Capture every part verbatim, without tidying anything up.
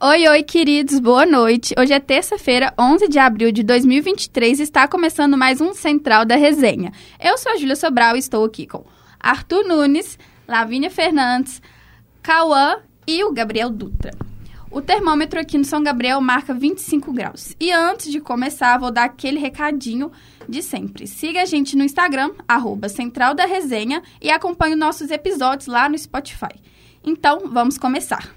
Oi, oi, queridos, boa noite. Hoje é terça-feira, onze de abril de dois mil e vinte e três e está começando mais um Central da Resenha. Eu sou a Júlia Sobral e estou aqui com Arthur Nunes, Lavínia Fernandes, Cauã e o Gabriel Dutra. O termômetro aqui no São Gabriel marca vinte e cinco graus. E antes de começar, vou dar aquele recadinho de sempre. Siga a gente no Instagram, arroba Central da Resenha, e acompanhe nossos episódios lá no Spotify. Então, vamos começar.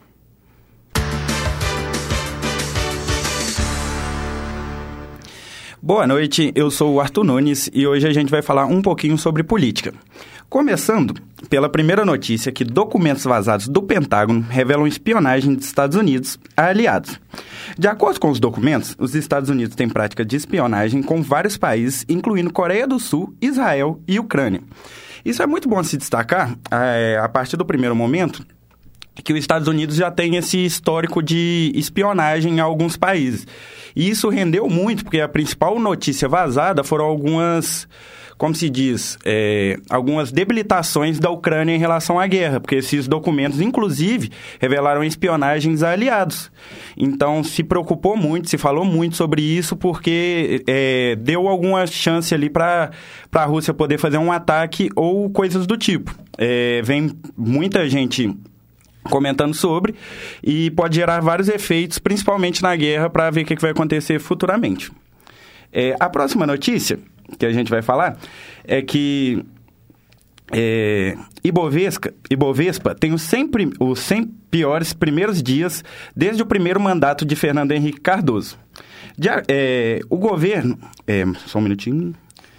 Boa noite, eu sou o Arthur Nunes e hoje a gente vai falar um pouquinho sobre política. Começando pela primeira notícia que documentos vazados do Pentágono revelam espionagem dos Estados Unidos a aliados. De acordo com os documentos, os Estados Unidos têm prática de espionagem com vários países, incluindo Coreia do Sul, Israel e Ucrânia. Isso é muito bom se destacar é, a partir do primeiro momento que os Estados Unidos já tem esse histórico de espionagem em alguns países. E isso rendeu muito, porque a principal notícia vazada foram algumas, como se diz, é, algumas debilitações da Ucrânia em relação à guerra, porque esses documentos, inclusive, revelaram espionagens a aliados. Então, se preocupou muito, se falou muito sobre isso, porque é, deu alguma chance ali para a Rússia poder fazer um ataque ou coisas do tipo. É, vem muita gente comentando sobre, e pode gerar vários efeitos, principalmente na guerra, para ver o que vai acontecer futuramente. É, a próxima notícia que a gente vai falar é que é, Ibovespa, Ibovespa tem os cem, os cem piores primeiros dias desde o primeiro mandato de Fernando Henrique Cardoso. De, é, o governo... É, só um minutinho...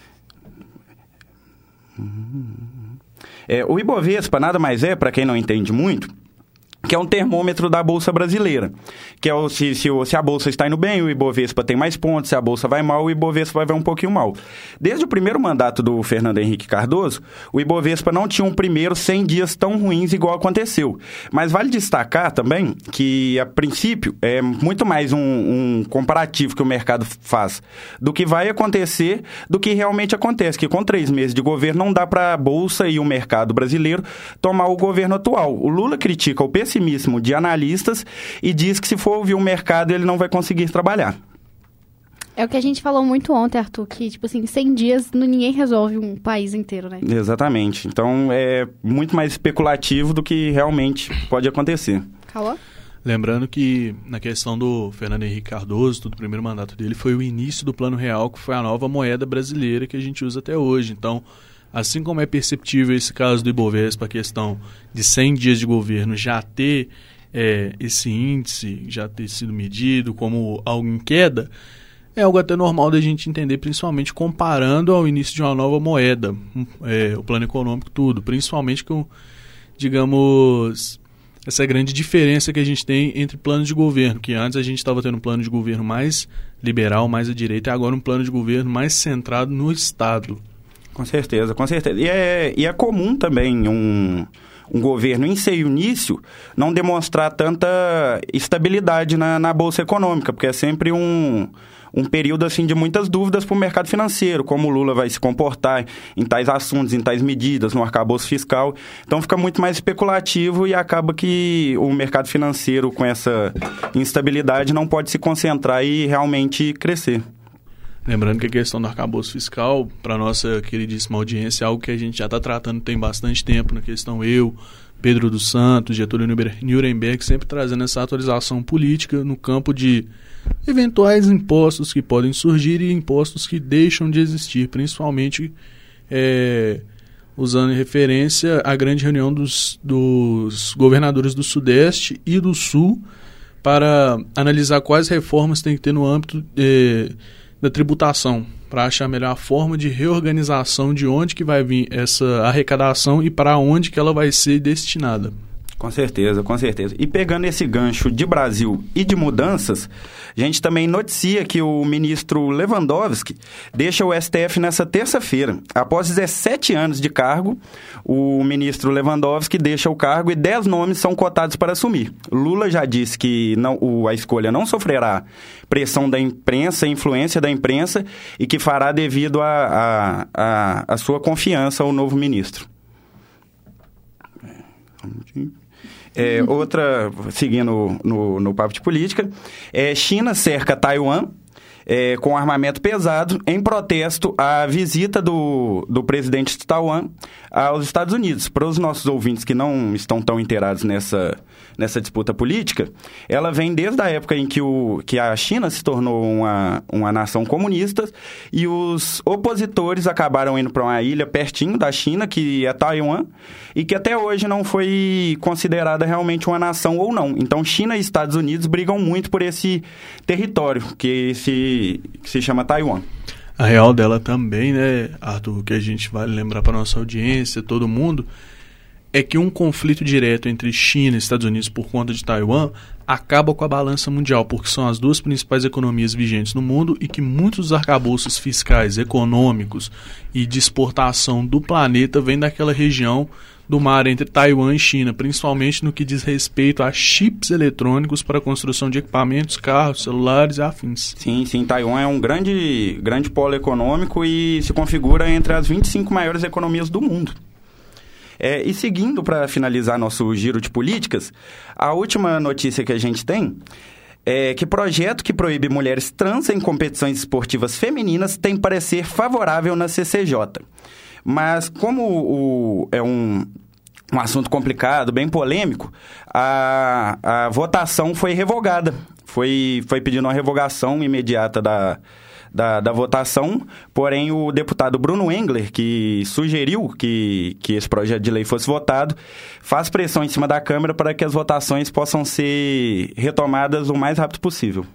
É, o Ibovespa nada mais é, para quem não entende muito, que é um termômetro da Bolsa Brasileira, que é o, se, se, se a Bolsa está indo bem, o Ibovespa tem mais pontos, se a Bolsa vai mal, o Ibovespa vai um pouquinho mal. Desde o primeiro mandato do Fernando Henrique Cardoso, o Ibovespa não tinha um primeiro cem dias tão ruins igual aconteceu. Mas vale destacar também que, a princípio, é muito mais um, um comparativo que o mercado faz do que vai acontecer do que realmente acontece, que com três meses de governo não dá para a Bolsa e o mercado brasileiro tomar o governo atual. O Lula critica o P C de analistas e diz que se for ouvir o mercado ele não vai conseguir trabalhar. É o que a gente falou muito ontem, Arthur, que tipo assim, cem dias ninguém resolve um país inteiro, né? Exatamente. Então é muito mais especulativo do que realmente pode acontecer. Cauã? Lembrando que na questão do Fernando Henrique Cardoso, do primeiro mandato dele, foi o início do Plano Real, que foi a nova moeda brasileira que a gente usa até hoje. Então, assim como é perceptível esse caso do Ibovespa, a questão de cem dias de governo já ter é, esse índice, já ter sido medido como algo em queda, é algo até normal da gente entender, principalmente comparando ao início de uma nova moeda, é, o plano econômico, tudo, principalmente com, digamos, essa grande diferença que a gente tem entre planos de governo, que antes a gente estava tendo um plano de governo mais liberal, mais à direita, e agora um plano de governo mais centrado no Estado. Com certeza, com certeza. E é, e é comum também um, um governo em seu início não demonstrar tanta estabilidade na, na Bolsa Econômica, porque é sempre um, um período assim, de muitas dúvidas para o mercado financeiro, como o Lula vai se comportar em tais assuntos, em tais medidas, no arcabouço fiscal. Então fica muito mais especulativo e acaba que o mercado financeiro, com essa instabilidade, não pode se concentrar e realmente crescer. Lembrando que a questão do arcabouço fiscal, para a nossa queridíssima audiência, é algo que a gente já está tratando tem bastante tempo na questão eu, Pedro dos Santos, Getúlio Nuremberg, sempre trazendo essa atualização política no campo de eventuais impostos que podem surgir e impostos que deixam de existir, principalmente é, usando em referência a grande reunião dos, dos governadores do Sudeste e do Sul para analisar quais reformas tem que ter no âmbito é, da tributação, para achar melhor a forma de reorganização de onde que vai vir essa arrecadação e para onde que ela vai ser destinada. Com certeza, com certeza. E pegando esse gancho de Brasil e de mudanças, a gente também noticia que o ministro Lewandowski deixa o S T F nessa terça-feira. Após dezessete anos de cargo, o ministro Lewandowski deixa o cargo e dez nomes são cotados para assumir. Lula já disse que não, o, a escolha não sofrerá pressão da imprensa, influência da imprensa, e que fará devido a, a, a, a sua confiança ao novo ministro. É, outra, seguindo no, no papo de política, é, China cerca Taiwan é, com armamento pesado em protesto à visita do, do presidente de Taiwan aos Estados Unidos. Para os nossos ouvintes que não estão tão inteirados nessa, nessa disputa política, ela vem desde a época em que, o, que a China se tornou uma, uma nação comunista e os opositores acabaram indo para uma ilha pertinho da China, que é Taiwan, e que até hoje não foi considerada realmente uma nação ou não. Então, China e Estados Unidos brigam muito por esse território que se, que se chama Taiwan. A real dela também, né, Arthur, que a gente vai lembrar para nossa audiência, todo mundo, é que um conflito direto entre China e Estados Unidos por conta de Taiwan acaba com a balança mundial, porque são as duas principais economias vigentes no mundo e que muitos arcabouços fiscais, econômicos e de exportação do planeta vêm daquela região do mar entre Taiwan e China, principalmente no que diz respeito a chips eletrônicos para a construção de equipamentos, carros, celulares e afins. Sim, sim, Taiwan é um grande, grande polo econômico e se configura entre as vinte e cinco maiores economias do mundo. É, e seguindo para finalizar nosso giro de políticas, a última notícia que a gente tem é que projeto que proíbe mulheres trans em competições esportivas femininas tem parecer favorável na C C J. Mas como o, é um, um assunto complicado, bem polêmico, a, a votação foi revogada. Foi, foi pedindo uma revogação imediata da, da, da votação, porém o deputado Bruno Engler, que sugeriu que, que esse projeto de lei fosse votado, faz pressão em cima da Câmara para que as votações possam ser retomadas o mais rápido possível.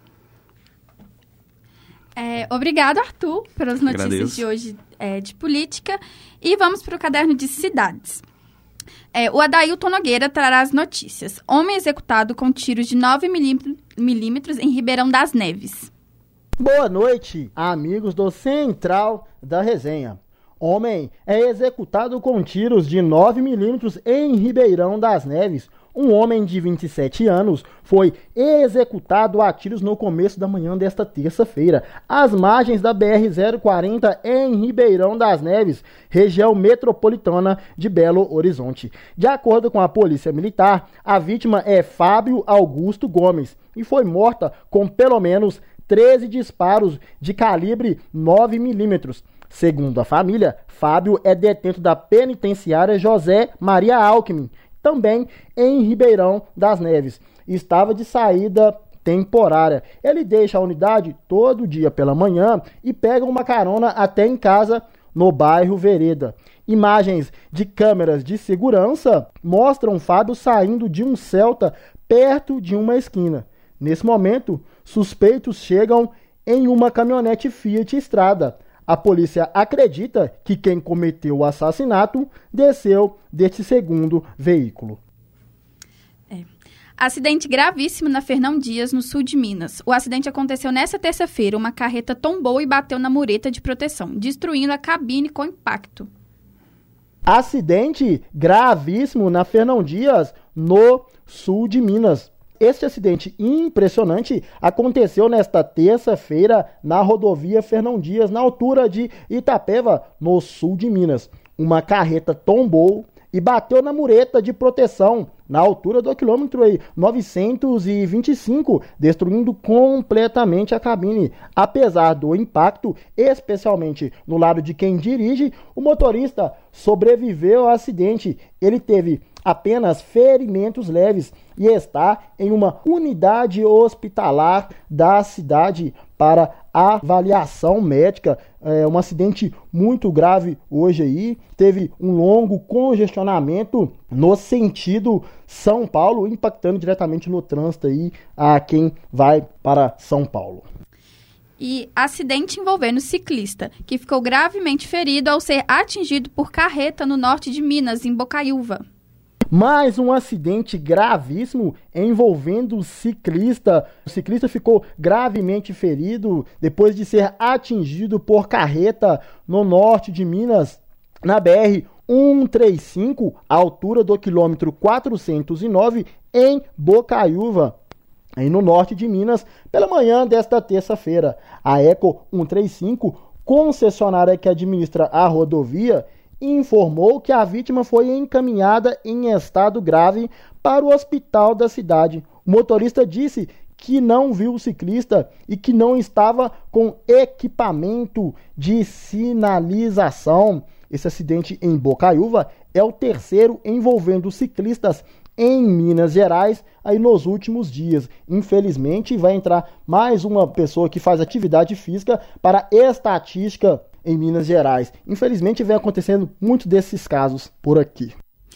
É, obrigado, Arthur, pelas notícias Agradeço. de hoje é, de política. E vamos para o caderno de cidades. É, o Adailton Nogueira trará as notícias. Homem executado com tiros de nove milímetros em Ribeirão das Neves. Boa noite, amigos do Central da Resenha. Homem é executado com tiros de nove milímetros em Ribeirão das Neves. Um homem de vinte e sete anos foi executado a tiros no começo da manhã desta terça-feira, às margens da B R zero quarenta em Ribeirão das Neves, região metropolitana de Belo Horizonte. De acordo com a Polícia Militar, a vítima é Fábio Augusto Gomes e foi morta com pelo menos treze disparos de calibre nove milímetros. Segundo a família, Fábio é detento da penitenciária José Maria Alckmin, também em Ribeirão das Neves. Estava de saída temporária. Ele deixa a unidade todo dia pela manhã e pega uma carona até em casa no bairro Vereda. Imagens de câmeras de segurança mostram Fábio saindo de um Celta perto de uma esquina. Nesse momento, suspeitos chegam em uma caminhonete Fiat Strada. A polícia acredita que quem cometeu o assassinato desceu deste segundo veículo. É. Acidente gravíssimo na Fernão Dias, no sul de Minas. O acidente aconteceu nesta terça-feira. Uma carreta tombou e bateu na mureta de proteção, destruindo a cabine com impacto. Acidente gravíssimo na Fernão Dias, no sul de Minas. Este acidente impressionante aconteceu nesta terça-feira na rodovia Fernão Dias, na altura de Itapeva, no sul de Minas. Uma carreta tombou e bateu na mureta de proteção, na altura do quilômetro novecentos e vinte e cinco, destruindo completamente a cabine. Apesar do impacto, especialmente no lado de quem dirige, o motorista sobreviveu ao acidente. Ele teve apenas ferimentos leves e está em uma unidade hospitalar da cidade para avaliação médica. É um acidente muito grave hoje aí. Teve um longo congestionamento no sentido São Paulo, impactando diretamente no trânsito aí a quem vai para São Paulo. E acidente envolvendo ciclista, que ficou gravemente ferido ao ser atingido por carreta no norte de Minas, em Bocaiúva. Mais um acidente gravíssimo envolvendo o ciclista. O ciclista ficou gravemente ferido depois de ser atingido por carreta no norte de Minas, na B R cento e trinta e cinco, à altura do quilômetro quatrocentos e nove, em Bocaiúva, aí no norte de Minas, pela manhã desta terça-feira. A Eco cento e trinta e cinco, concessionária que administra a rodovia, informou que a vítima foi encaminhada em estado grave para o hospital da cidade. O motorista disse que não viu o ciclista e que não estava com equipamento de sinalização. Esse acidente em Bocaiúva é o terceiro envolvendo ciclistas em Minas Gerais aí nos últimos dias. Infelizmente, vai entrar mais uma pessoa que faz atividade física para estatística em Minas Gerais. Infelizmente, vem acontecendo muito desses casos por aqui.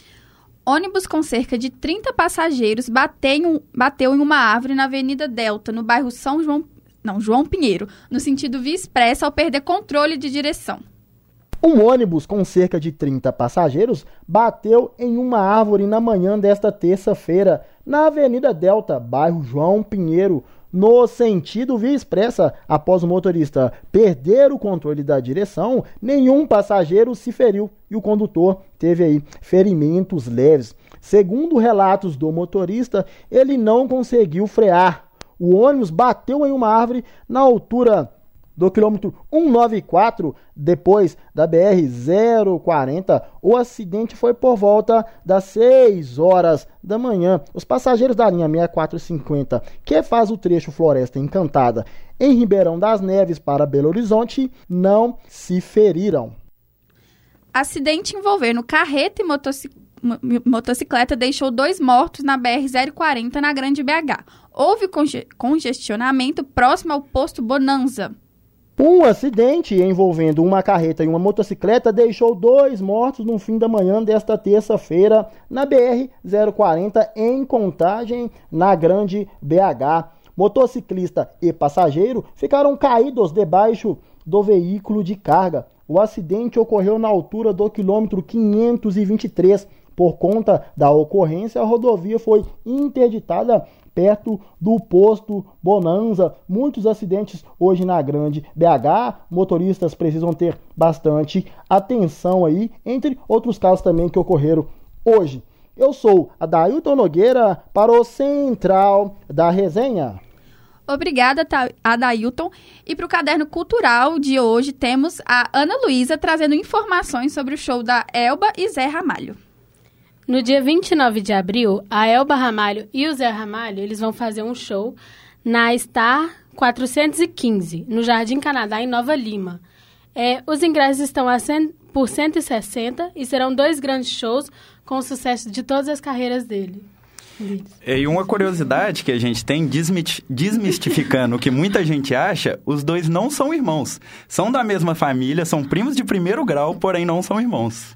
Ônibus com cerca de trinta passageiros bateu, bateu em uma árvore na Avenida Delta, no bairro São João, não, João Pinheiro, no sentido via expressa, ao perder controle de direção. Um ônibus com cerca de trinta passageiros bateu em uma árvore na manhã desta terça-feira, na Avenida Delta, bairro João Pinheiro, no sentido via expressa. Após o motorista perder o controle da direção, nenhum passageiro se feriu e o condutor teve aí ferimentos leves. Segundo relatos do motorista, ele não conseguiu frear. O ônibus bateu em uma árvore na altura do quilômetro cento e noventa e quatro, depois da B R zero quarenta. O acidente foi por volta das seis horas da manhã. Os passageiros da linha sessenta e quatro cinquenta, que faz o trecho Floresta Encantada em Ribeirão das Neves para Belo Horizonte, não se feriram. Acidente envolvendo carreta e motocic... motocicleta deixou dois mortos na B R zero quarenta na Grande B H. Houve conge... congestionamento próximo ao posto Bonanza. Um acidente envolvendo uma carreta e uma motocicleta deixou dois mortos no fim da manhã desta terça-feira na B R zero quarenta em Contagem, na Grande B H. Motociclista e passageiro ficaram caídos debaixo do veículo de carga. O acidente ocorreu na altura do quilômetro quinhentos e vinte e três. Por conta da ocorrência, a rodovia foi interditada perto do posto Bonanza. Muitos acidentes hoje na Grande B H, motoristas precisam ter bastante atenção aí, entre outros casos também que ocorreram hoje. Eu sou Adailton Nogueira para o Central da Resenha. Obrigada, Adailton. E para o Caderno Cultural de hoje temos a Ana Luísa trazendo informações sobre o show da Elba e Zé Ramalho. No dia vinte e nove de abril, a Elba Ramalho e o Zé Ramalho, eles vão fazer um show na Star quatrocentos e quinze, no Jardim Canadá, em Nova Lima. É, os ingressos estão a cem, por cento e sessenta e serão dois grandes shows com o sucesso de todas as carreiras dele. E uma curiosidade que a gente tem, desmistificando o que muita gente acha, os dois não são irmãos. São da mesma família, são primos de primeiro grau, porém não são irmãos.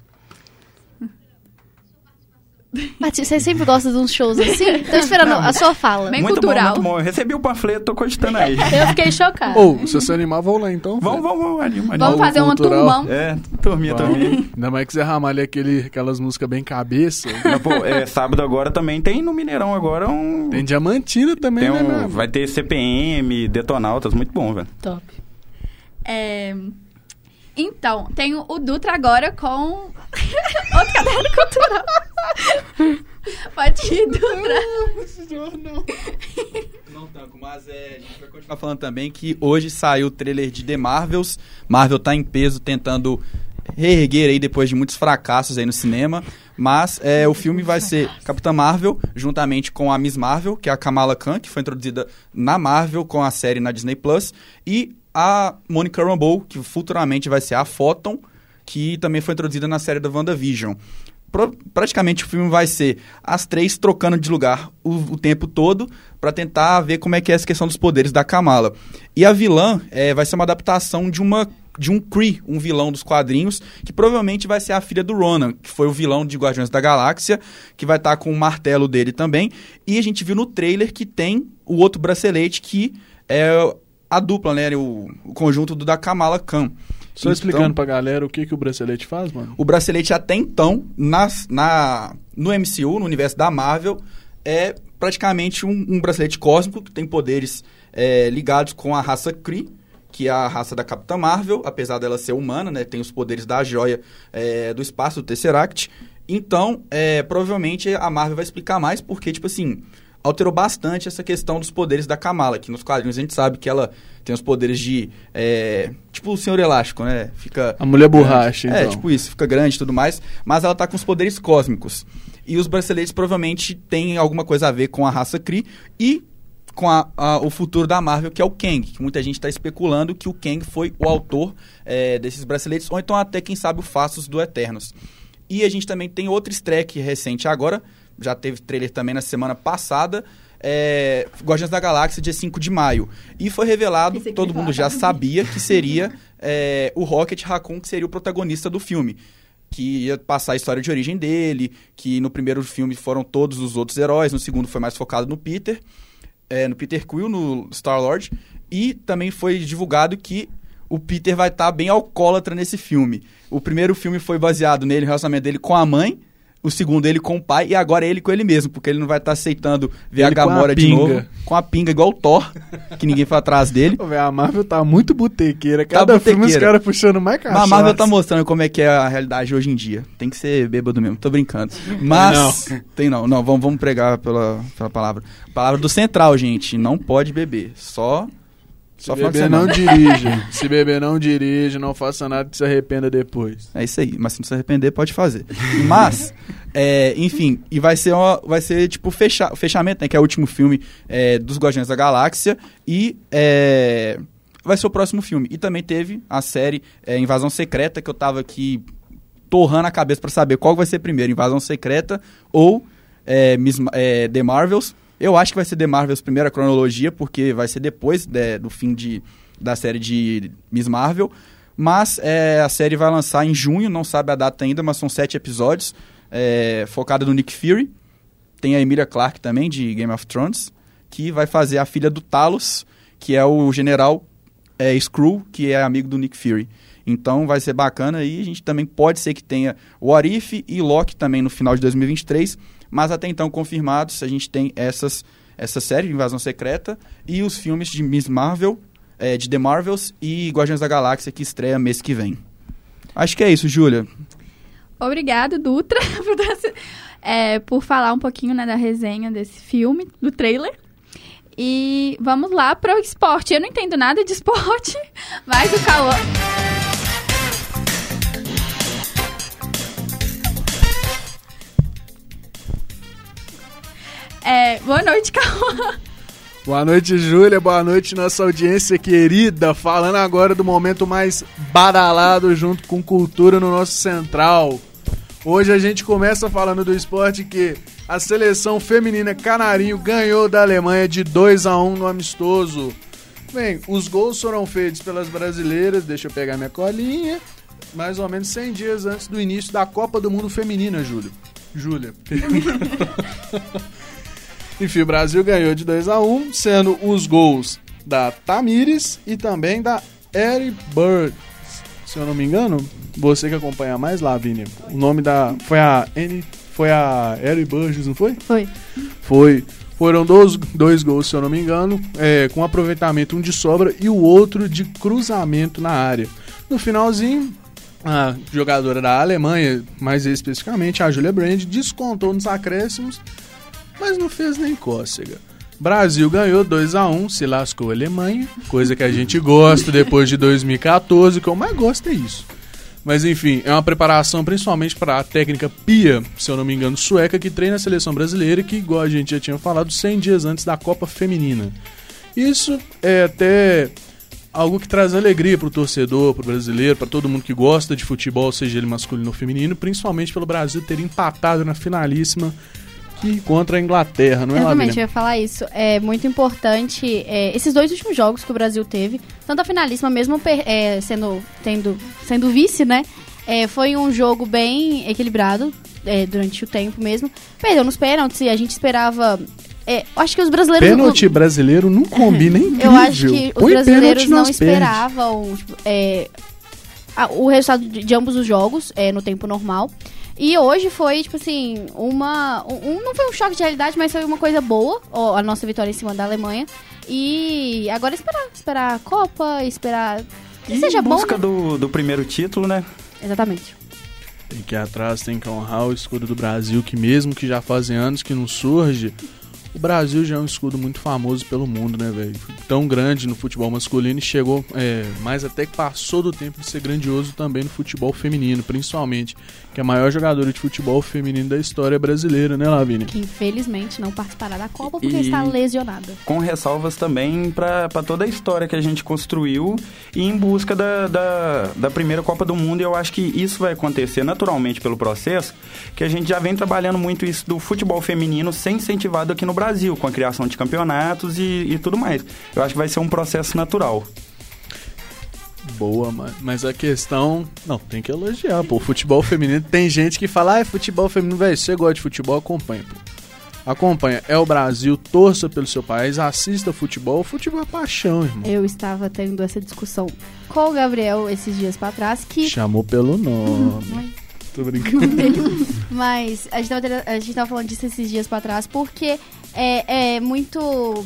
Mati, você sempre gosta de uns shows assim? Tô esperando não, a sua fala. Bem muito cultural. Bom, muito bom. Eu recebi o panfleto, tô cogitando aí. Eu fiquei chocada. Ou, oh, se você animar, vamos lá então. Vamos, vamos, vamos, anima, anima. Vamos fazer uma turmão. É, turminha, turminha. Ainda mais que Zé Ramalho é aquele, aquelas músicas bem cabeça. Mas, pô, é, sábado agora também tem no Mineirão agora um... Tem Diamantina também, tem um, né? Vai ter C P M, Detonautas, muito bom, velho. Top. É... Então, tem o Dutra agora com outro caderno cultural. Pode ir, Dutra. Não, senhor, não. Não tanco, mas é, a gente vai continuar falando também que hoje saiu o trailer de The Marvels. Marvel tá em peso tentando reerguer aí depois de muitos fracassos aí no cinema. Mas é, o filme vai ser Capitã Marvel, juntamente com a Miss Marvel, que é a Kamala Khan, que foi introduzida na Marvel com a série na Disney Plus, e a Monica Rambeau, que futuramente vai ser a Photon, que também foi introduzida na série da WandaVision. Pro, praticamente o filme vai ser as três trocando de lugar o, o tempo todo para tentar ver como é que é essa questão dos poderes da Kamala. E a vilã é, vai ser uma adaptação de, uma, de um Kree, um vilão dos quadrinhos, que provavelmente vai ser a filha do Ronan, que foi o vilão de Guardiões da Galáxia, que vai estar com o martelo dele também. E a gente viu no trailer que tem o outro bracelete que é a dupla, né, o, o conjunto do da Kamala Khan. Só então, explicando pra galera o que, que o bracelete faz, mano. O bracelete até então, nas, na, no M C U, no universo da Marvel, é praticamente um, um bracelete cósmico que tem poderes é, ligados com a raça Kree, que é a raça da Capitã Marvel, apesar dela ser humana, né, tem os poderes da joia é, do espaço, do Tesseract. Então, é, provavelmente a Marvel vai explicar mais, porque, tipo assim, alterou bastante essa questão dos poderes da Kamala, que nos quadrinhos a gente sabe que ela tem os poderes de... É, tipo o Senhor Elástico, né? Fica a mulher borracha, grande. então. É, tipo isso, fica grande e tudo mais, mas ela tá com os poderes cósmicos. E os braceletes provavelmente têm alguma coisa a ver com a raça Kree e com a, a, o futuro da Marvel, que é o Kang, que muita gente está especulando que o Kang foi o autor é, desses braceletes, ou então até, quem sabe, o Fastos do Eternos. E a gente também tem outro estreia recente agora, já teve trailer também na semana passada, é, Guardiões da Galáxia, dia cinco de maio. E foi revelado, todo mundo já sabia, que seria é, o Rocket Raccoon, que seria o protagonista do filme. Que ia passar a história de origem dele, que no primeiro filme foram todos os outros heróis, no segundo foi mais focado no Peter, é, no Peter Quill, no Star-Lord, e também foi divulgado que o Peter vai estar bem alcoólatra nesse filme. O primeiro filme foi baseado nele, no relacionamento dele com a mãe, o segundo ele com o pai, e agora ele com ele mesmo, porque ele não vai estar aceitando ver ele a Gamora de novo, com a pinga, igual o Thor, que ninguém foi atrás dele. Pô, véio, a Marvel tá muito botequeira, cada tá filme os caras puxando mais cachaça. A Marvel tá mostrando como é que é a realidade hoje em dia. Tem que ser bêbado mesmo, tô brincando. Mas, não. tem não, não, vamos, vamos pregar pela, pela palavra. Palavra do Central, gente, não pode beber, só... Se beber não dirija, se beber não dirija, não faça nada que se arrependa depois. É isso aí, mas se não se arrepender, pode fazer. Mas, é, enfim, e vai ser, uma, vai ser tipo fecha, fechamento, né, que é o último filme é, dos Guardiões da Galáxia, e é, vai ser o próximo filme. E também teve a série é, Invasão Secreta, que eu tava aqui torrando a cabeça pra saber qual vai ser primeiro, Invasão Secreta ou é, Miss, é, The Marvels. Eu acho que vai ser The Marvels primeira cronologia, porque vai ser depois de, do fim de, da série de Miss Marvel. Mas é, a série vai lançar em junho, não sabe a data ainda, mas são sete episódios, é, focada no Nick Fury. Tem a Emilia Clarke também, de Game of Thrones, que vai fazer a filha do Talos, que é o general é, Skrull, que é amigo do Nick Fury. Então vai ser bacana e a gente também pode ser que tenha o What If e Loki também no final de dois mil e vinte e três. Mas até então confirmados, a gente tem essas, essa série de Invasão Secreta e os filmes de Miss Marvel, é, de The Marvels e Guardiões da Galáxia, que estreia mês que vem. Acho que é isso, Júlia. Obrigado, Dutra, é, por falar um pouquinho, né, da resenha desse filme, do trailer. E vamos lá para o esporte. Eu não entendo nada de esporte, mas o Cauã... É, boa noite, Cauã. Boa noite, Júlia. Boa noite, nossa audiência querida. Falando agora do momento mais badalado junto com cultura no nosso Central. Hoje a gente começa falando do esporte que a seleção feminina Canarinho ganhou da Alemanha de dois a um no amistoso. Bem, os gols foram feitos pelas brasileiras, deixa eu pegar minha colinha, mais ou menos cem dias antes do início da Copa do Mundo Feminina, Júlia. Júlia. Enfim, o Brasil ganhou de dois a um, sendo os gols da Tamires e também da Eri Bird. Se eu não me engano, você que acompanha mais, Lavínia, o nome da... Foi a N... Foi a Eri Burgess, não foi? Foi. Foi. Foram dois, dois gols, se eu não me engano, é, com aproveitamento, um de sobra e o outro de cruzamento na área. No finalzinho, a jogadora da Alemanha, mais especificamente a Julia Brand, descontou nos acréscimos, mas não fez nem cócega. Brasil ganhou dois a um, se lascou a Alemanha, coisa que a gente gosta depois de dois mil e catorze, o que eu mais gosto é isso. Mas enfim, é uma preparação principalmente para a técnica Pia, se eu não me engano, sueca, que treina a seleção brasileira, que, igual a gente já tinha falado, cem dias antes da Copa Feminina. Isso é até algo que traz alegria para o torcedor, para o brasileiro, para todo mundo que gosta de futebol, seja ele masculino ou feminino, principalmente pelo Brasil ter empatado na finalíssima que contra a Inglaterra, não é, Exatamente, Lavínia? eu ia falar isso. É muito importante, é, esses dois últimos jogos que o Brasil teve, tanto a finalíssima, mesmo é, sendo, tendo, sendo vice, né? É, foi um jogo bem equilibrado é, durante o tempo mesmo. Perdeu nos pênaltis e a gente esperava... É, acho que os brasileiros... Pênalti não... brasileiro não combina, é incrível. Eu acho que os Põe brasileiros não esperavam tipo, é, a, o resultado de, de ambos os jogos é, no tempo normal. E hoje foi, tipo assim, uma... Um, não foi um choque de realidade, mas foi uma coisa boa, ó, a nossa vitória em cima da Alemanha. E agora esperar, esperar a Copa, esperar que e seja bom. Em busca do, do primeiro título, né? Exatamente. Tem que ir atrás, tem que honrar o escudo do Brasil, que mesmo que já fazem anos que não surge, O Brasil já é um escudo muito famoso pelo mundo, né, velho? Tão grande no futebol masculino e chegou, é, mais até que passou do tempo de ser grandioso também no futebol feminino, principalmente, que é a maior jogadora de futebol feminino da história brasileira, né, Lavínia? Que infelizmente não participará da Copa porque E... está lesionada. Com ressalvas também para toda a história que a gente construiu e em busca da, da, da primeira Copa do Mundo. E eu acho que isso vai acontecer naturalmente pelo processo, que a gente já vem trabalhando muito isso do futebol feminino ser incentivado aqui no Brasil. Brasil, com a criação de campeonatos e, e tudo mais. Eu acho que vai ser um processo natural. Boa, mas a questão... Não, tem que elogiar, pô. O futebol feminino, tem gente que fala, ah, é futebol feminino, velho, você gosta de futebol, acompanha, pô. Acompanha, é o Brasil, torça pelo seu país, assista futebol, futebol é paixão, irmão. Eu estava tendo essa discussão com o Gabriel esses dias pra trás, que... Chamou pelo nome. Hum, Tô brincando. Mas a gente, tava tendo, a gente tava falando disso esses dias pra trás, porque é, é muito...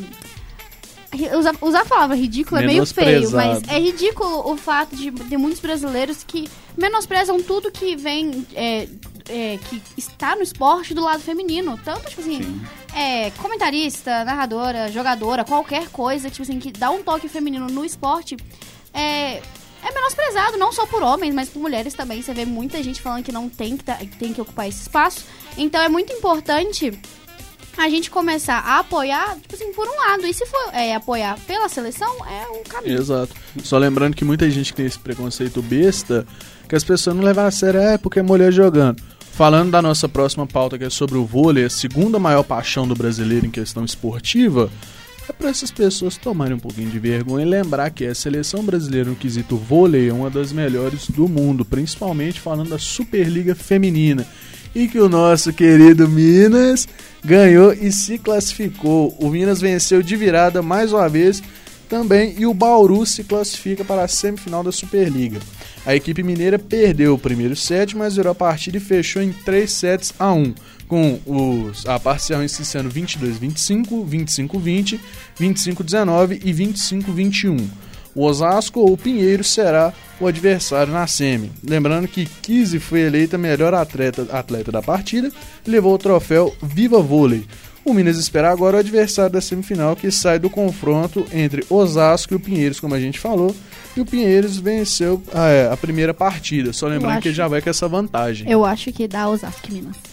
Usar, usar a palavra ridículo é meio feio, mas é ridículo o fato de ter muitos brasileiros que menosprezam tudo que vem, é, é, que está no esporte do lado feminino. Tanto, tipo assim, é, comentarista, narradora, jogadora, qualquer coisa, tipo assim, que dá um toque feminino no esporte, é... é menosprezado, não só por homens, mas por mulheres também. Você vê muita gente falando que não tem que, tá, tem que ocupar esse espaço. Então é muito importante a gente começar a apoiar, tipo assim, por um lado. E se for é, apoiar pela seleção, é o caminho. Exato. Só lembrando que muita gente tem esse preconceito besta, que as pessoas não levam a sério, é porque é mulher jogando. Falando da nossa próxima pauta, que é sobre o vôlei, a segunda maior paixão do brasileiro em questão esportiva, é para essas pessoas tomarem um pouquinho de vergonha e lembrar que a seleção brasileira no quesito vôlei é uma das melhores do mundo, principalmente falando da Superliga Feminina. E que o nosso querido Minas ganhou e se classificou. O Minas venceu de virada mais uma vez também e o Bauru se classifica para a semifinal da Superliga. A equipe mineira perdeu o primeiro set, mas virou a partida e fechou em três sets a um. Com os, a parcial sendo vinte e dois a vinte e cinco, vinte e cinco a vinte, vinte e cinco a dezenove e vinte e cinco a vinte e um. O Osasco ou o Pinheiro será o adversário na semi. Lembrando que Kizzy foi eleita melhor atleta, atleta da partida e levou o troféu Viva Vôlei. O Minas espera agora o adversário da semifinal, que sai do confronto entre Osasco e o Pinheiros, como a gente falou. E o Pinheiros venceu a, a primeira partida. Só lembrando acho, que ele já vai com essa vantagem. Eu acho que dá Osasco e Minas.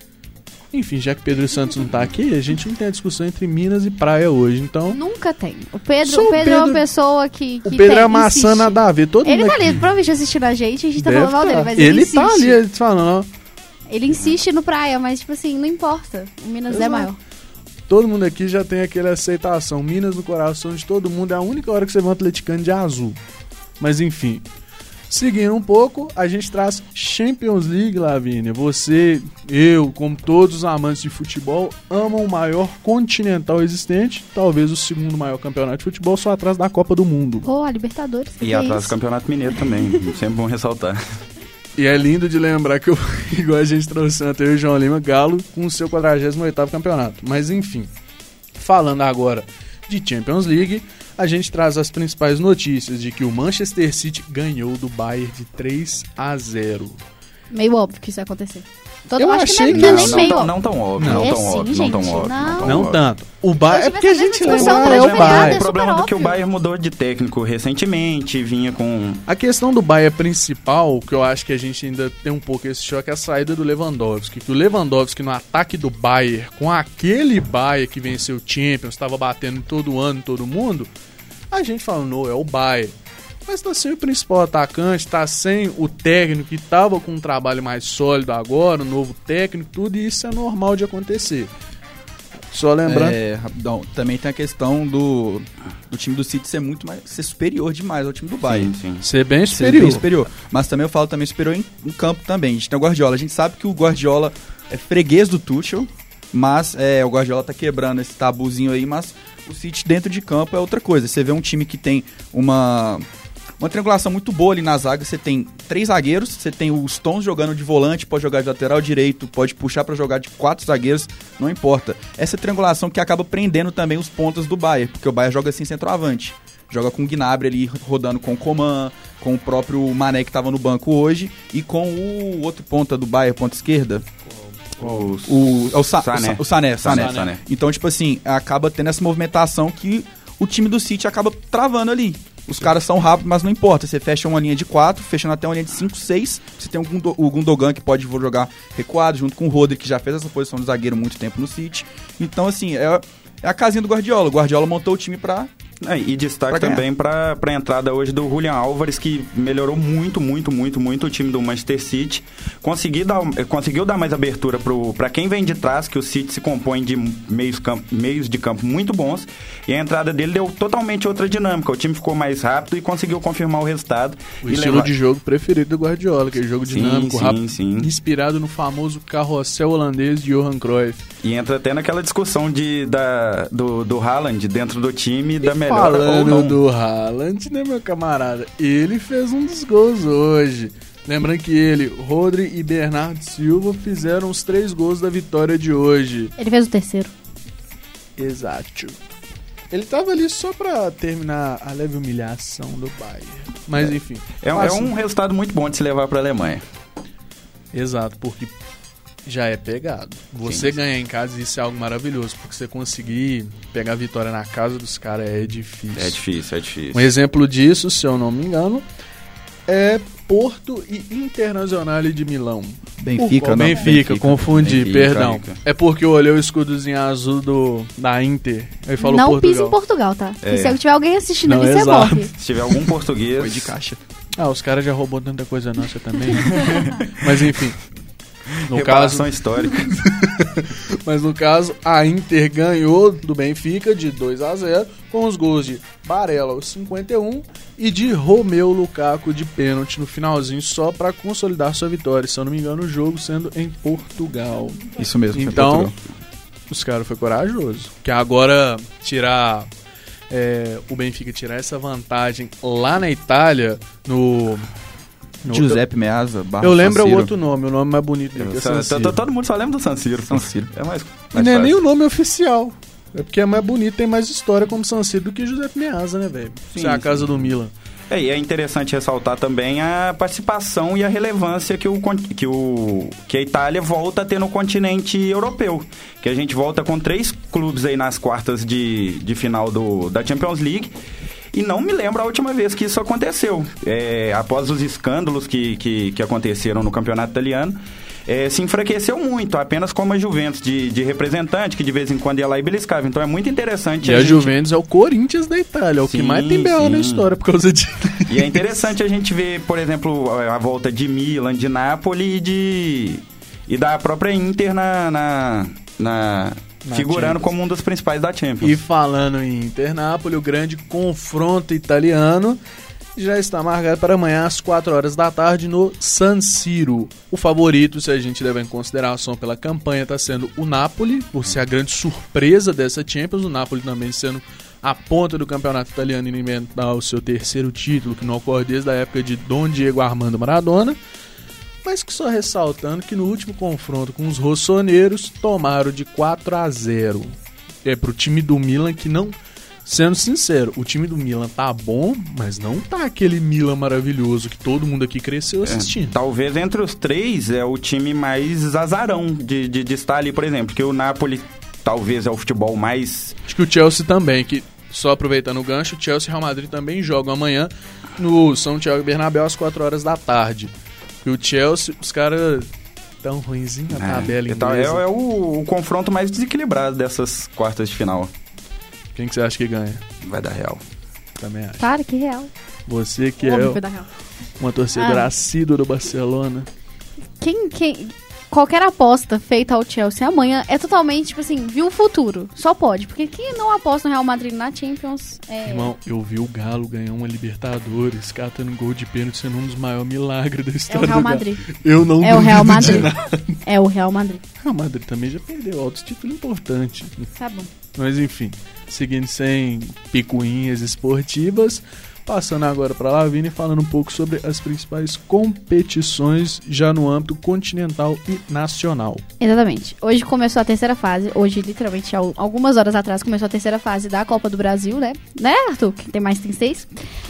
Enfim, já que Pedro Santos não tá aqui, a gente não tem a discussão entre Minas e praia hoje, então... Nunca tem. O Pedro, o Pedro, Pedro é uma pessoa que, que O Pedro tem, é uma maçã nada a ver. Todo ele mundo tá aqui... ali, provavelmente assistindo a gente, a gente tá Deve falando mal dele, mas ele, ele insiste. Ele tá ali, ele tá falando, ó. Ele insiste no praia, mas tipo assim, não importa. O Minas Exato. É maior. Todo mundo aqui já tem aquela aceitação. Minas no coração de todo mundo, é a única hora que você vê um atleticano de azul. Mas enfim... Seguindo um pouco, a gente traz Champions League, Lavínia. Você, eu, como todos os amantes de futebol, amam o maior continental existente, talvez o segundo maior campeonato de futebol, só atrás da Copa do Mundo. Pô, a Libertadores. E atrás do Campeonato Mineiro também, sempre bom ressaltar. E é lindo de lembrar que, eu, igual a gente trouxe ontem, eu e o João Lima, Galo, com o seu quadragésimo oitavo campeonato. Mas enfim, falando agora de Champions League, a gente traz as principais notícias de que o Manchester City ganhou do Bayern de três a zero. Meio óbvio que isso ia acontecer. Todo eu acho achei que não, não, não, não, meio não, não tão óbvio, não, é tão sim, óbvio, gente, não tão óbvio. não. Não, não tanto. O Bayern é porque a gente lembra, é, é o Bayern. O problema é que o Bayern mudou de técnico recentemente, vinha com... A questão do Bayern principal, que eu acho que a gente ainda tem um pouco esse choque, é a saída do Lewandowski. Que o Lewandowski no ataque do Bayern, com aquele Bayern que venceu o Champions, estava batendo todo ano, todo mundo, a gente fala, não, é o Bayern. Mas tá sem o principal atacante, tá sem o técnico que tava com um trabalho mais sólido agora, um novo técnico, tudo, e isso é normal de acontecer. Só lembrando... É, rapidão, também tem a questão do, do time do City ser muito mais, ser superior demais ao time do Bayern. Sim, sim. Ser bem superior. Ser bem superior. Mas também eu falo também superior em, em campo também. A gente tem o Guardiola. A gente sabe que o Guardiola é freguês do Tuchel, mas é, o Guardiola tá quebrando esse tabuzinho aí, mas o City dentro de campo é outra coisa. Você vê um time que tem uma... Uma triangulação muito boa ali na zaga. Você tem três zagueiros, você tem os Stones jogando de volante, pode jogar de lateral direito, pode puxar para jogar de quatro zagueiros, não importa. Essa triangulação que acaba prendendo também os pontas do Bayern, porque o Bayern joga assim centroavante. Joga com o Gnabry ali rodando com o Coman, com o próprio Mané que estava no banco hoje, e com o outro ponta do Bayern, ponta esquerda. O, o, é o, Sa Sané. o Sané, Sané. Sané, Sané. Então, tipo assim, acaba tendo essa movimentação que o time do City acaba travando ali. Os caras são rápidos, mas não importa. Você fecha uma linha de quatro, fechando até uma linha de cinco, seis. Você tem o, Gundo, o Gundogan, que pode jogar recuado, junto com o Rodri, que já fez essa posição de zagueiro muito tempo no City. Então, assim, é, é a casinha do Guardiola. O Guardiola montou o time pra... É, e destaque pra também para a entrada hoje do Julian Álvares, que melhorou muito, muito, muito, muito o time do Manchester City. Consegui dar, conseguiu dar mais abertura para quem vem de trás, que o City se compõe de meios, campo, meios de campo muito bons. E a entrada dele deu totalmente outra dinâmica. O time ficou mais rápido e conseguiu confirmar o resultado. O e estilo levar... de jogo preferido do Guardiola, aquele jogo sim, dinâmico, sim, rápido, sim. inspirado no famoso carrossel holandês de Johan Cruyff. E entra até naquela discussão de, da, do, do Haaland dentro do time, da E melhor ou falando não. do Haaland, né, meu camarada? Ele fez um dos gols hoje. Lembrando que ele, Rodri e Bernardo Silva fizeram os três gols da vitória de hoje. Ele fez o terceiro. Exato. Ele tava ali só pra terminar a leve humilhação do Bayern. Mas enfim. É, é passa... um resultado muito bom de se levar para a Alemanha. Exato, porque já é pegado. Você sim, ganhar em casa, isso é algo maravilhoso, porque você conseguir pegar a vitória na casa dos caras é difícil. É difícil, é difícil. Um exemplo disso, se eu não me engano, é Porto e Internazionale de Milão. Benfica, o, não? Benfica, Benfica, confundi, Benfica, perdão. Benfica. É porque eu olhei o escudozinho azul do, da Inter, aí falou não Portugal. pisa em Portugal, tá? É. E se tiver alguém assistindo Não, ali, você exato. morre. Se tiver algum português... Foi de caixa. Ah, os caras já roubou tanta coisa nossa também. Mas enfim. No Reparação caso, histórica. mas no caso, a Inter ganhou do Benfica de dois a zero, com os gols de Barella aos cinquenta e um e de Romelu Lukaku de pênalti no finalzinho, só para consolidar sua vitória. Se eu não me engano, o jogo sendo em Portugal. Isso mesmo. Então, os caras foi corajoso. Que agora tirar é, o Benfica tirar essa vantagem lá na Itália, no No Giuseppe Meazza, barra Eu lembro San Siro. o outro nome, o nome mais bonito dele, que é San Siro. Todo mundo só lembra do San Siro. San Siro. É mais, E mais não é fácil. nem o nome oficial. É porque é mais bonito, tem mais história como San Siro do que Giuseppe Meazza, né, velho? Isso é a casa do Milan. É, e é interessante ressaltar também a participação e a relevância que, o, que, o, que a Itália volta a ter no continente europeu. Que a gente volta com três clubes aí nas quartas de, de final do, da Champions League. E não me lembro a última vez que isso aconteceu. É, após os escândalos que, que, que aconteceram no campeonato italiano, é, se enfraqueceu muito, apenas como a Juventus de, de representante, que de vez em quando ia lá e beliscava. Então é muito interessante. E a, a gente... Juventus é o Corinthians da Itália, é o Sim, que mais tem B O na sim. história por causa disso. E é interessante a gente ver, por exemplo, a volta de Milan, de Napoli e, de, e da própria Inter na, na, na, Na figurando Champions. como um dos principais da Champions. E falando em Internápolis, o grande confronto italiano já está marcado para amanhã às quatro horas da tarde no San Siro. O favorito, se a gente levar em consideração pela campanha, está sendo o Napoli, por ser a grande surpresa dessa Champions. O Napoli também sendo a ponta do campeonato italiano e inventar o seu terceiro título, que não ocorre desde a época de Dom Diego Armando Maradona. Mas que só ressaltando que no último confronto com os rossoneiros tomaram de quatro a zero. É pro time do Milan que não... Sendo sincero, o time do Milan tá bom, mas não tá aquele Milan maravilhoso que todo mundo aqui cresceu assistindo. É, talvez entre os três é o time mais azarão de, de, de estar ali, por exemplo, que o Napoli talvez é o futebol mais... Acho que o Chelsea também, que só aproveitando o gancho, o Chelsea e o Real Madrid também jogam amanhã no São Tiago e Bernabéu às quatro horas da tarde. E o Chelsea, os caras tão ruinzinho a tabela é, então, é, inglesa. é o, o confronto mais desequilibrado dessas quartas de final. Quem que você acha que ganha? Vai dar Real. Também acho. Claro, que real. Você que Óbvio é que vai dar real. uma torcedora Ah. assídua do Barcelona. Quem, quem, qualquer aposta feita ao Chelsea amanhã é totalmente, tipo assim, viu o futuro. Só pode. Porque quem não aposta no Real Madrid na Champions é... Irmão, eu vi o Galo ganhar uma Libertadores, catando gol de pênalti, sendo um dos maiores milagres da É história o Real do Galo. Madrid. Eu não É o Real duvido de Madrid. nada. É o Real Madrid. O Real Madrid também já perdeu altos títulos importantes. Tá bom. Mas enfim, seguindo sem picuinhas esportivas, passando agora para Lavínia e falando um pouco sobre as principais competições já no âmbito continental e nacional. Exatamente. Hoje começou a terceira fase. Hoje, literalmente, al- algumas horas atrás, começou a terceira fase da Copa do Brasil, né? Né, Arthur? Quem tem mais tem seis.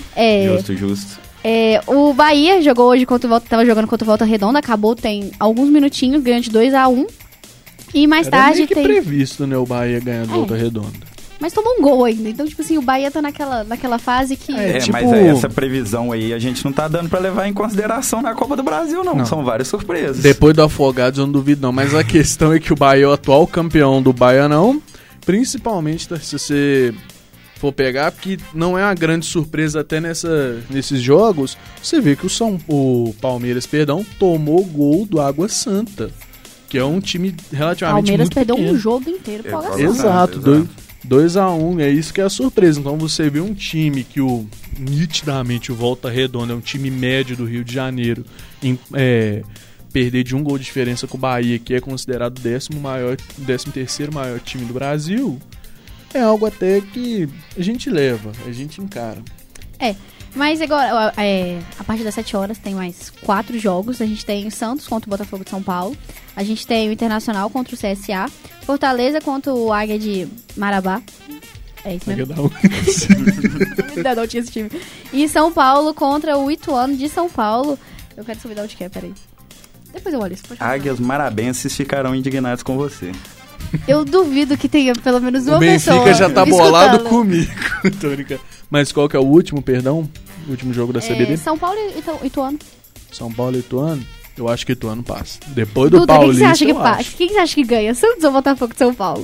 É, Justo, justo. é, o Bahia jogou hoje contra o Volta, tava jogando contra o Volta Redonda, acabou tem alguns minutinhos, ganhou de dois a um. E mais Era tarde meio que tem... previsto, né, o Bahia ganhar do É. Volta Redonda. Mas tomou um gol ainda. Então, tipo assim, o Bahia tá naquela, naquela fase que... É, tipo- mas é, essa previsão aí a gente não tá dando pra levar em consideração na Copa do Brasil, não. Não. São várias surpresas. Depois do Afogados eu não duvido não, mas a questão é que o Bahia é o atual campeão do Baianão, principalmente tá, se você for pegar, porque não é uma grande surpresa até nessa, nesses jogos, você vê que o, São, o Palmeiras, perdão, tomou gol do Água Santa, que é um time relativamente Palmeiras muito perdeu pequeno. um jogo inteiro pro Água Santa. Exato, Exato. dois a um, é isso que é a surpresa. Então você vê um time que o nitidamente o Volta Redonda é um time médio do Rio de Janeiro, em, é, perder de um gol de diferença com o Bahia, que é considerado o décimo maior, décimo terceiro maior time do Brasil, é algo até que a gente leva, a gente encara. É, mas agora, é, a partir das sete horas tem mais quatro jogos. A gente tem o Santos contra o Botafogo de São Paulo. A gente tem o Internacional contra o C S A. Fortaleza contra o Águia de Marabá. É isso mesmo? Ainda não tinha esse time. E São Paulo contra o Ituano de São Paulo. Eu quero saber de onde que é, peraí. Depois eu olho isso. pode falar. Águias marabenses ficarão indignados com você. Eu duvido que tenha pelo menos uma O Benfica pessoa já tá escutando. bolado comigo. Tô brincando. Mas qual que é o último, perdão? O último jogo da C B D? É, São Paulo e Itu- Ituano. São Paulo e Ituano? Eu acho que Ituano passa. Depois do Duda, quem que você Paulista, acha que eu passa? acho. Quem que você acha que ganha? Santos ou Botafogo de São Paulo?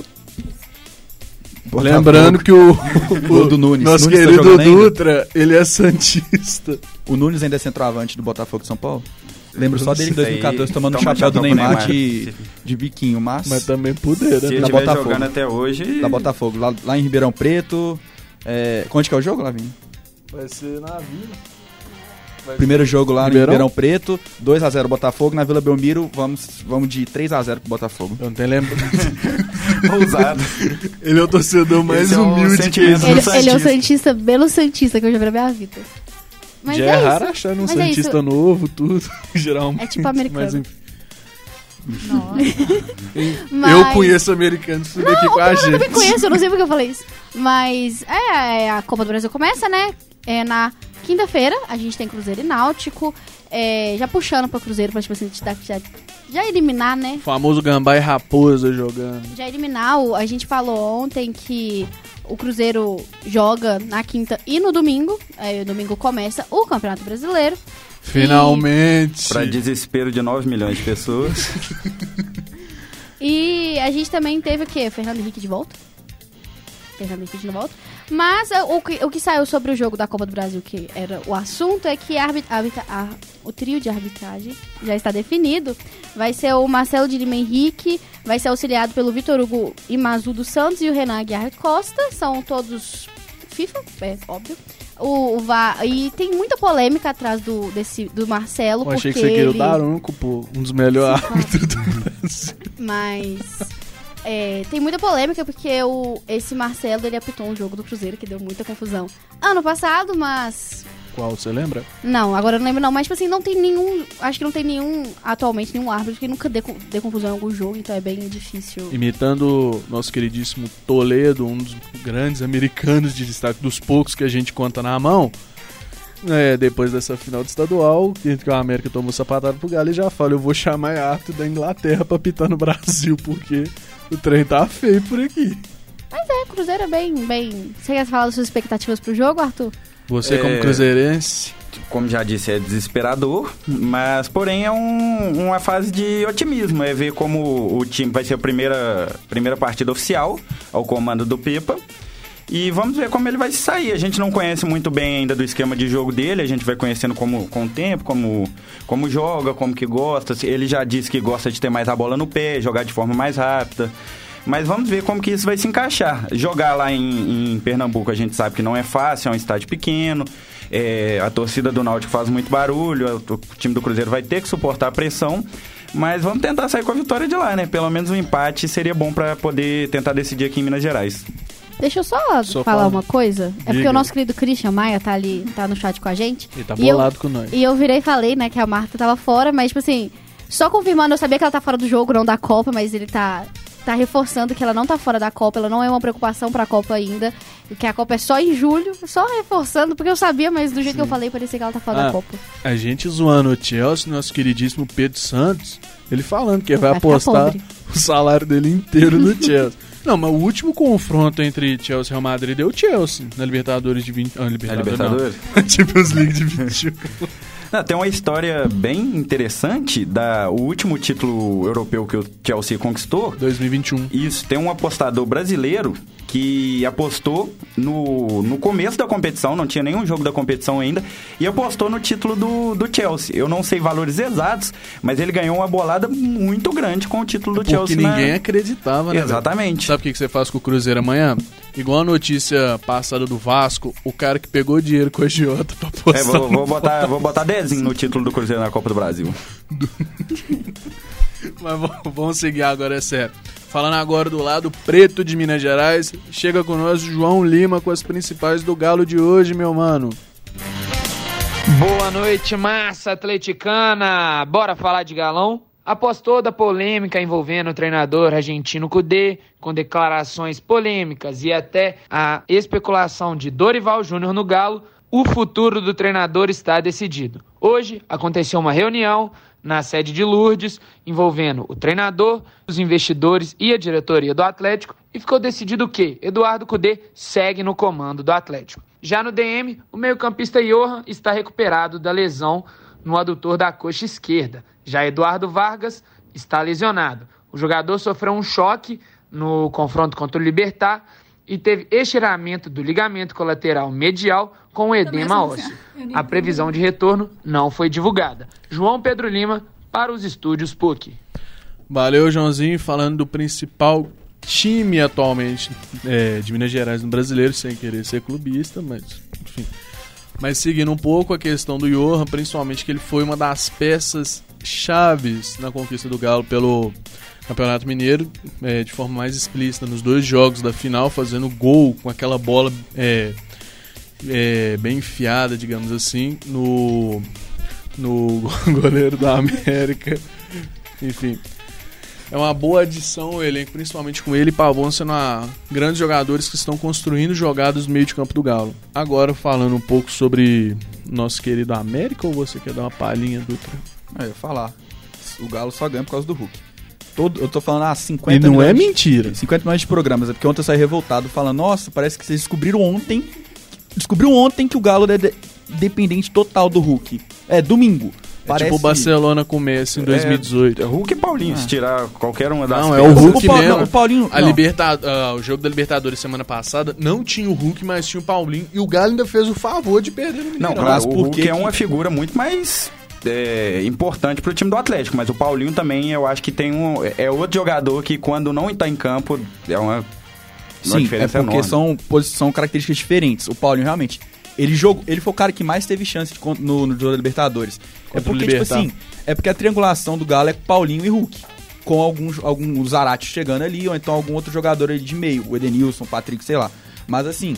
Lembrando que o, Gol do Nunes. nosso Nunes tá querido jogando ainda? Dutra, ele é santista. O Nunes ainda é centroavante do Botafogo de São Paulo? Lembro só dele em Isso aí, dois mil e catorze tomando o toma chapéu do chapéu com o Neymar, Neymar. de, de biquinho, mas... Mas também poderia. Se ele Da estiver Botafogo. jogando até hoje... Da Botafogo, lá, lá em Ribeirão Preto. É, onde que é o jogo, Lavinho? Vai ser na Vila. Vai Primeiro jogo lá Ribeirão? em Ribeirão Preto, dois a zero Botafogo. Na Vila Belmiro, vamos, vamos de três a zero pro Botafogo. Eu não tenho lembrado. Ousado. Ele é o torcedor mais Esse é o humilde que sentimento existe. Ele, do ele é o Santista. Santista, belo Santista que eu já vi na minha vida. Mas Já é, é, isso. raro achar um Mas é Santista isso. novo, tudo. Geralmente. É tipo americano. Mas, enfim, Nossa. eu Mas- conheço americanos tudo aqui Não, com a eu gente. também conheço, eu não sei porque eu falei isso. Mas é, é, a Copa do Brasil começa, né? É na quinta-feira, a gente tem Cruzeiro e Náutico. É, já puxando pra Cruzeiro pra, tipo assim, já, já, já eliminar, né? O famoso Gambá e Raposa jogando. Já eliminar, o- a gente falou ontem que o Cruzeiro joga na quinta e no domingo. Aí o domingo começa o Campeonato Brasileiro. Finalmente. Pra desespero de nove milhões de pessoas. E a gente também teve o quê? Fernando Henrique de volta. Fernando Henrique de volta. Mas uh, o que, o que saiu sobre o jogo da Copa do Brasil, que era o assunto, é que a arbit- arbitra- a- o trio de arbitragem já está definido. Vai ser o Marcelo de Lima Henrique, vai ser auxiliado pelo Vitor Hugo Imazu dos Santos e o Renan Aguiar Costa. São todos FIFA, é óbvio. O, o Va- e tem muita polêmica atrás do, desse, do Marcelo. Eu achei que porque você queria o ele... Daronco, pô. Um dos melhores Sim, árbitros do Brasil. Mas é, tem muita polêmica porque o, esse Marcelo, ele apitou um jogo do Cruzeiro que deu muita confusão ano passado, mas... Qual, você lembra? Não, agora eu não lembro não, mas tipo assim, não tem nenhum... Acho que não tem nenhum, atualmente, nenhum árbitro que nunca dê, co- dê confusão em algum jogo, então é bem difícil. Imitando nosso queridíssimo Toledo, um dos grandes americanos de destaque, dos poucos que a gente conta na mão. É, depois dessa final do estadual, que o América tomou sapatada pro Galo e já fala, eu vou chamar árbitro da Inglaterra pra pitar no Brasil, porque o trem tá feio por aqui. Mas é, Cruzeiro é bem, bem... Você quer falar das suas expectativas pro jogo, Arthur? Você É. como cruzeirense... Como já disse, é desesperador, mas porém é um- uma fase de otimismo. É ver como o time vai ser a primeira, primeira partida oficial ao comando do Pepa. E vamos ver como ele vai sair. A gente não conhece muito bem ainda do esquema de jogo dele, a gente vai conhecendo como, com o tempo, como, como joga, como que gosta. Ele já disse que gosta de ter mais a bola no pé, jogar de forma mais rápida. Mas vamos ver como que isso vai se encaixar. Jogar lá em, em Pernambuco a gente sabe que não é fácil, é um estádio pequeno. É, a torcida do Náutico faz muito barulho, o, o time do Cruzeiro vai ter que suportar a pressão. Mas vamos tentar sair com a vitória de lá, né? Pelo menos um empate seria bom para poder tentar decidir aqui em Minas Gerais. Deixa eu só, Só falar fala. uma coisa. É porque Diga. o nosso querido Christian Maia tá ali, tá no chat com a gente. Ele tá E eu- bolado com nós. E eu virei e falei, né, que a Marta tava fora, mas, tipo assim, só confirmando, eu sabia que ela tá fora do jogo, não da Copa, mas ele tá tá reforçando que ela não tá fora da Copa, ela não é uma preocupação pra Copa ainda, que a Copa é só em julho, só reforçando, porque eu sabia, mas do jeito Sim. que eu falei, parecia que ela tá fora ah, da Copa. A gente zoando o Chelsea, nosso queridíssimo Pedro Santos, ele falando que vai, vai apostar o salário dele inteiro no Chelsea. Não, mas o último confronto entre Chelsea e Real Madrid deu Chelsea na Libertadores de vinte... Ah, Libertadores, Libertadores? Champions League de vinte e um. Não, tem uma história bem interessante da o último título europeu que o Chelsea conquistou. dois mil e vinte e um. Isso, tem um apostador brasileiro que apostou no, no começo da competição, não tinha nenhum jogo da competição ainda, e apostou no título do, do Chelsea. Eu não sei valores exatos, mas ele ganhou uma bolada muito grande com o título do Porque Chelsea. Porque ninguém na... acreditava, né? Exatamente. Velho? Sabe o que você faz com o Cruzeiro amanhã? Igual a notícia passada do Vasco, o cara que pegou dinheiro com a agiota pra apostar. É, vou, vou, botar, vou botar dezinho no título do Cruzeiro na Copa do Brasil. Mas vamos seguir agora, é sério. Falando agora do lado preto de Minas Gerais, chega com nós o João Lima com as principais do Galo de hoje, meu mano. Boa noite, massa atleticana. Bora falar de Galão? Após toda a polêmica envolvendo o treinador argentino Kudê, com declarações polêmicas e até a especulação de Dorival Júnior no Galo, o futuro do treinador está decidido. Hoje aconteceu uma reunião na sede de Lourdes, envolvendo o treinador, os investidores e a diretoria do Atlético, e ficou decidido que Eduardo Kudê segue no comando do Atlético. Já no D M, o meio-campista Johan está recuperado da lesão no adutor da coxa esquerda. Já Eduardo Vargas está lesionado. O jogador sofreu um choque no confronto contra o Libertad e teve estiramento do ligamento colateral medial com edema ósseo. A previsão de retorno não foi divulgada. João Pedro Lima para os estúdios P U C. Valeu, Joãozinho. Falando do principal time atualmente é, de Minas Gerais no Brasileiro, sem querer ser clubista, mas enfim. Mas seguindo um pouco a questão do Johan, principalmente que ele foi uma das peças chaves na conquista do Galo pelo Campeonato Mineiro, é, de forma mais explícita nos dois jogos da final, fazendo gol com aquela bola é, é, bem enfiada, digamos assim, no, no goleiro da América. Enfim, é uma boa adição ao elenco, principalmente com ele e Pavon sendo a, grandes jogadores que estão construindo jogadas no meio de campo do Galo. Agora, falando um pouco sobre nosso querido América, ou você quer dar uma palhinha, Dutra? Eu ia falar. O Galo só ganha por causa do Hulk. Todo, eu tô falando há ah, cinquenta E não é mentira. cinquenta milhões de programas. É porque ontem eu saí revoltado falando, nossa, parece que vocês descobriram ontem. Descobriu ontem que o Galo é de, dependente total do Hulk. É, domingo. É Parece... tipo o Barcelona com o Messi em dois mil e dezoito. É, é Hulk e Paulinho, ah. se tirar qualquer uma das... Não, é o Hulk o mesmo. Não, o Paulinho... A Liberta... uh, o jogo da Libertadores semana passada não tinha o Hulk, mas tinha o Paulinho. E o Galo ainda fez o favor de perder no Mineirão. Não, claro, o Hulk que... é uma figura muito mais... É, importante pro time do Atlético, mas o Paulinho também eu acho que tem um é outro jogador que quando não está em campo é uma, uma Sim, diferença é porque enorme. são, são características diferentes. O Paulinho realmente ele jogou, ele foi o cara que mais teve chance de, no, no jogo da Libertadores. Contra é porque tipo assim, é porque a triangulação do Galo é Paulinho e Hulk, com alguns alguns Zarate chegando ali ou então algum outro jogador ali de meio, o Edenilson, o Patrick, sei lá. Mas assim,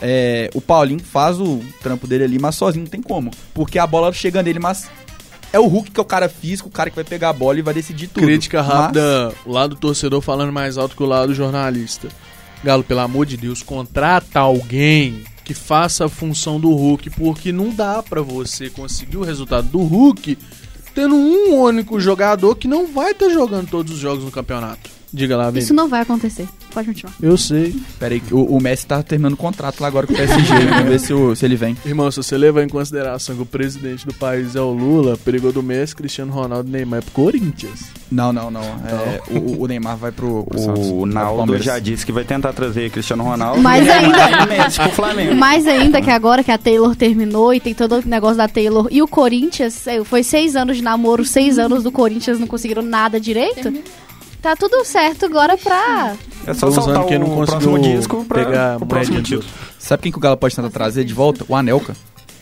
é, o Paulinho faz o trampo dele ali, mas sozinho não tem como, porque a bola chega nele, mas é o Hulk que é o cara físico, o cara que vai pegar a bola e vai decidir tudo. Crítica rápida, o lado do torcedor falando mais alto que o lado do jornalista. Galo, pelo amor de Deus, contrata alguém que faça a função do Hulk, porque não dá pra você conseguir o resultado do Hulk tendo um único jogador que não vai estar jogando todos os jogos no campeonato. Diga lá, Vini. Isso não vai acontecer. Pode continuar. Eu sei. Pera aí, o, o Messi tá terminando o contrato lá agora com o P S G. Vamos ver se, o, se ele vem. Irmão, se você levar em consideração que o presidente do país é o Lula, perigou do Messi, Cristiano Ronaldo e Neymar é pro Corinthians. Não, não, não. É, o, o Neymar vai pro, pro Santos. O Naldo já disse que vai tentar trazer Cristiano Ronaldo. Mas ainda, Messi pro Flamengo. mais ainda que agora que a Taylor terminou e tem todo o negócio da Taylor e o Corinthians, foi seis anos de namoro, seis anos do Corinthians não conseguiram nada direito. Tá tudo certo agora pra... É só soltar que não o próximo disco pra pegar o próximo título. Sabe quem que o Galo pode tentar trazer de volta? O Anelka.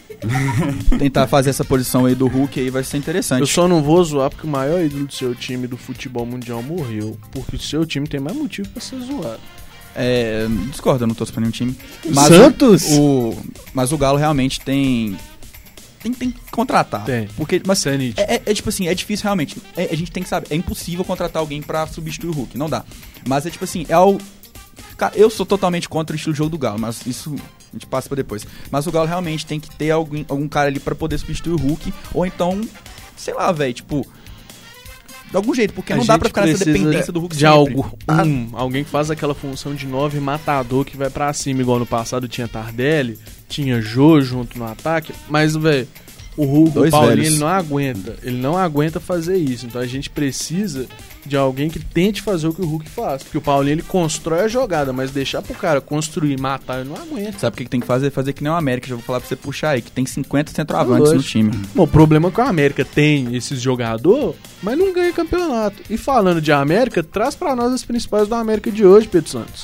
Tentar fazer essa posição aí do Hulk aí vai ser interessante. Eu só não vou zoar porque o maior ídolo do seu time do futebol mundial morreu. Porque o seu time tem mais motivo pra ser zoado. É, discordo, eu não torço pra nenhum time. Mas Santos? O, o, mas o Galo realmente tem... tem, tem que contratar. Tem. Porque, mas é, é, é tipo assim, é difícil realmente. É, a gente tem que saber, é impossível contratar alguém pra substituir o Hulk, não dá. Mas é tipo assim, é o... Cara, eu sou totalmente contra o estilo de jogo do Galo, mas isso a gente passa pra depois. Mas o Galo realmente tem que ter algum, algum cara ali pra poder substituir o Hulk, ou então, sei lá, velho, tipo... De algum jeito, porque a não dá pra ficar nessa dependência do Hulk de sempre. algo, um, alguém que faz aquela função de nove matador que vai pra cima, igual no passado tinha Tardelli, tinha Jô junto no ataque, mas, velho, o Hulk, Dois o Paulinho, velhos. ele não aguenta, ele não aguenta fazer isso, então a gente precisa de alguém que tente fazer o que o Hulk faz, porque o Paulinho, ele constrói a jogada, mas deixar pro cara construir, matar, ele não aguenta. Sabe o que, que tem que fazer? Fazer que nem o América, já vou falar pra você puxar aí, que tem cinquenta centroavantes no time. Bom, o problema é que o América tem esses jogadores, mas não ganha campeonato. E falando de América, traz pra nós as principais do América de hoje, Pedro Santos.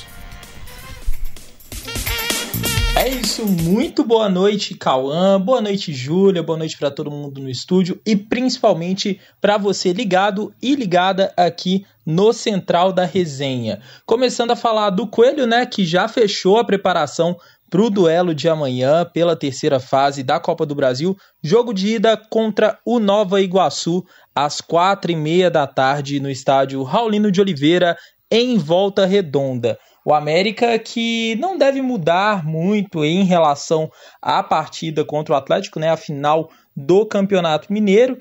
É isso, muito boa noite, Cauã, boa noite, Júlia, boa noite para todo mundo no estúdio e principalmente para você ligado e ligada aqui no Central da Resenha. Começando a falar do Coelho, né, que já fechou a preparação para o duelo de amanhã pela terceira fase da Copa do Brasil, jogo de ida contra o Nova Iguaçu, às quatro e meia da tarde no estádio Raulino de Oliveira, em Volta Redonda. O América que não deve mudar muito em relação à partida contra o Atlético, né, a final do Campeonato Mineiro,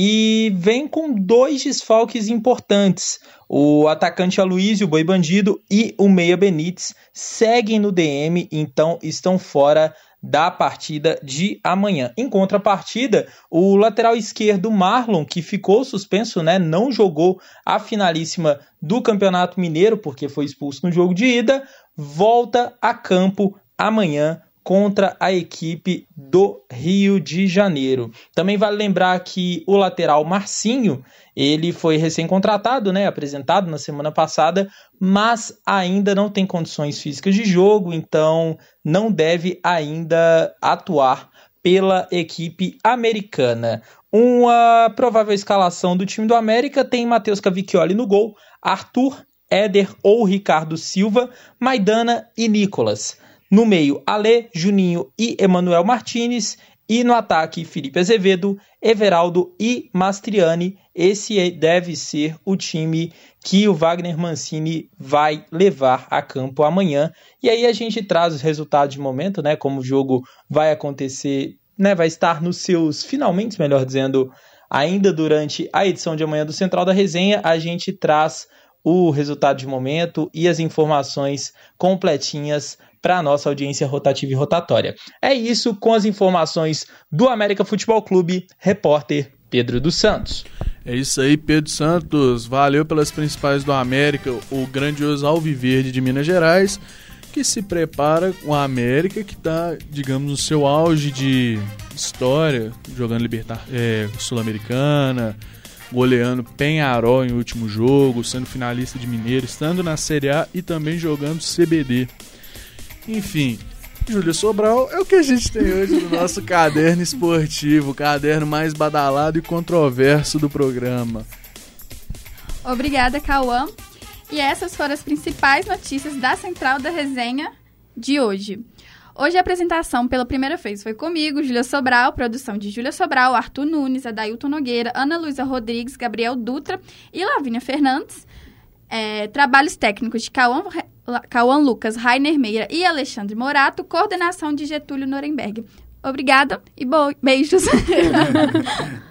e vem com dois desfalques importantes. O atacante Aloysio Boi Bandido e o meia Benítez seguem no D M, então estão fora da partida de amanhã. Em contrapartida, o lateral esquerdo Marlon, que ficou suspenso, né, não jogou a finalíssima do Campeonato Mineiro, porque foi expulso no jogo de ida, volta a campo amanhã contra a equipe do Rio de Janeiro. Também vale lembrar que o lateral Marcinho, ele foi recém-contratado, né, apresentado na semana passada, mas ainda não tem condições físicas de jogo, então não deve ainda atuar pela equipe americana. Uma provável escalação do time do América tem Matheus Cavicchioli no gol, Arthur, Éder ou Ricardo Silva, Maidana e Nicolas. No meio, Alê, Juninho e Emanuel Martinez. E no ataque, Felipe Azevedo, Everaldo e Mastriani. Esse deve ser o time que o Wagner Mancini vai levar a campo amanhã. E aí a gente traz os resultados de momento, né? Como o jogo vai acontecer, né? Vai estar nos seus finalmente, melhor dizendo, ainda durante a edição de amanhã do Central da Resenha, a gente traz o resultado de momento e as informações completinhas para a nossa audiência rotativa e rotatória. É isso, com as informações do América Futebol Clube, repórter Pedro dos Santos. É isso aí, Pedro Santos. Valeu pelas principais do América, o grandioso Alviverde de Minas Gerais, que se prepara com a América, que está, digamos, no seu auge de história, jogando Libertar, é, Sul-Americana, goleando Penharol em último jogo, sendo finalista de Mineiro, estando na Série A e também jogando C B D. Enfim, Júlia Sobral é o que a gente tem hoje no nosso caderno esportivo, o caderno mais badalado e controverso do programa. Obrigada, Cauã. E essas foram as principais notícias da Central da Resenha de hoje. Hoje a apresentação pela primeira vez foi comigo, Júlia Sobral, produção de Júlia Sobral, Arthur Nunes, Adailton Nogueira, Ana Luísa Rodrigues, Gabriel Dutra e Lavínia Fernandes. É, trabalhos técnicos de Cauã, Cauã Lucas, Rainer Meira e Alexandre Morato, coordenação de Getúlio Nuremberg. Obrigada e bo- beijos.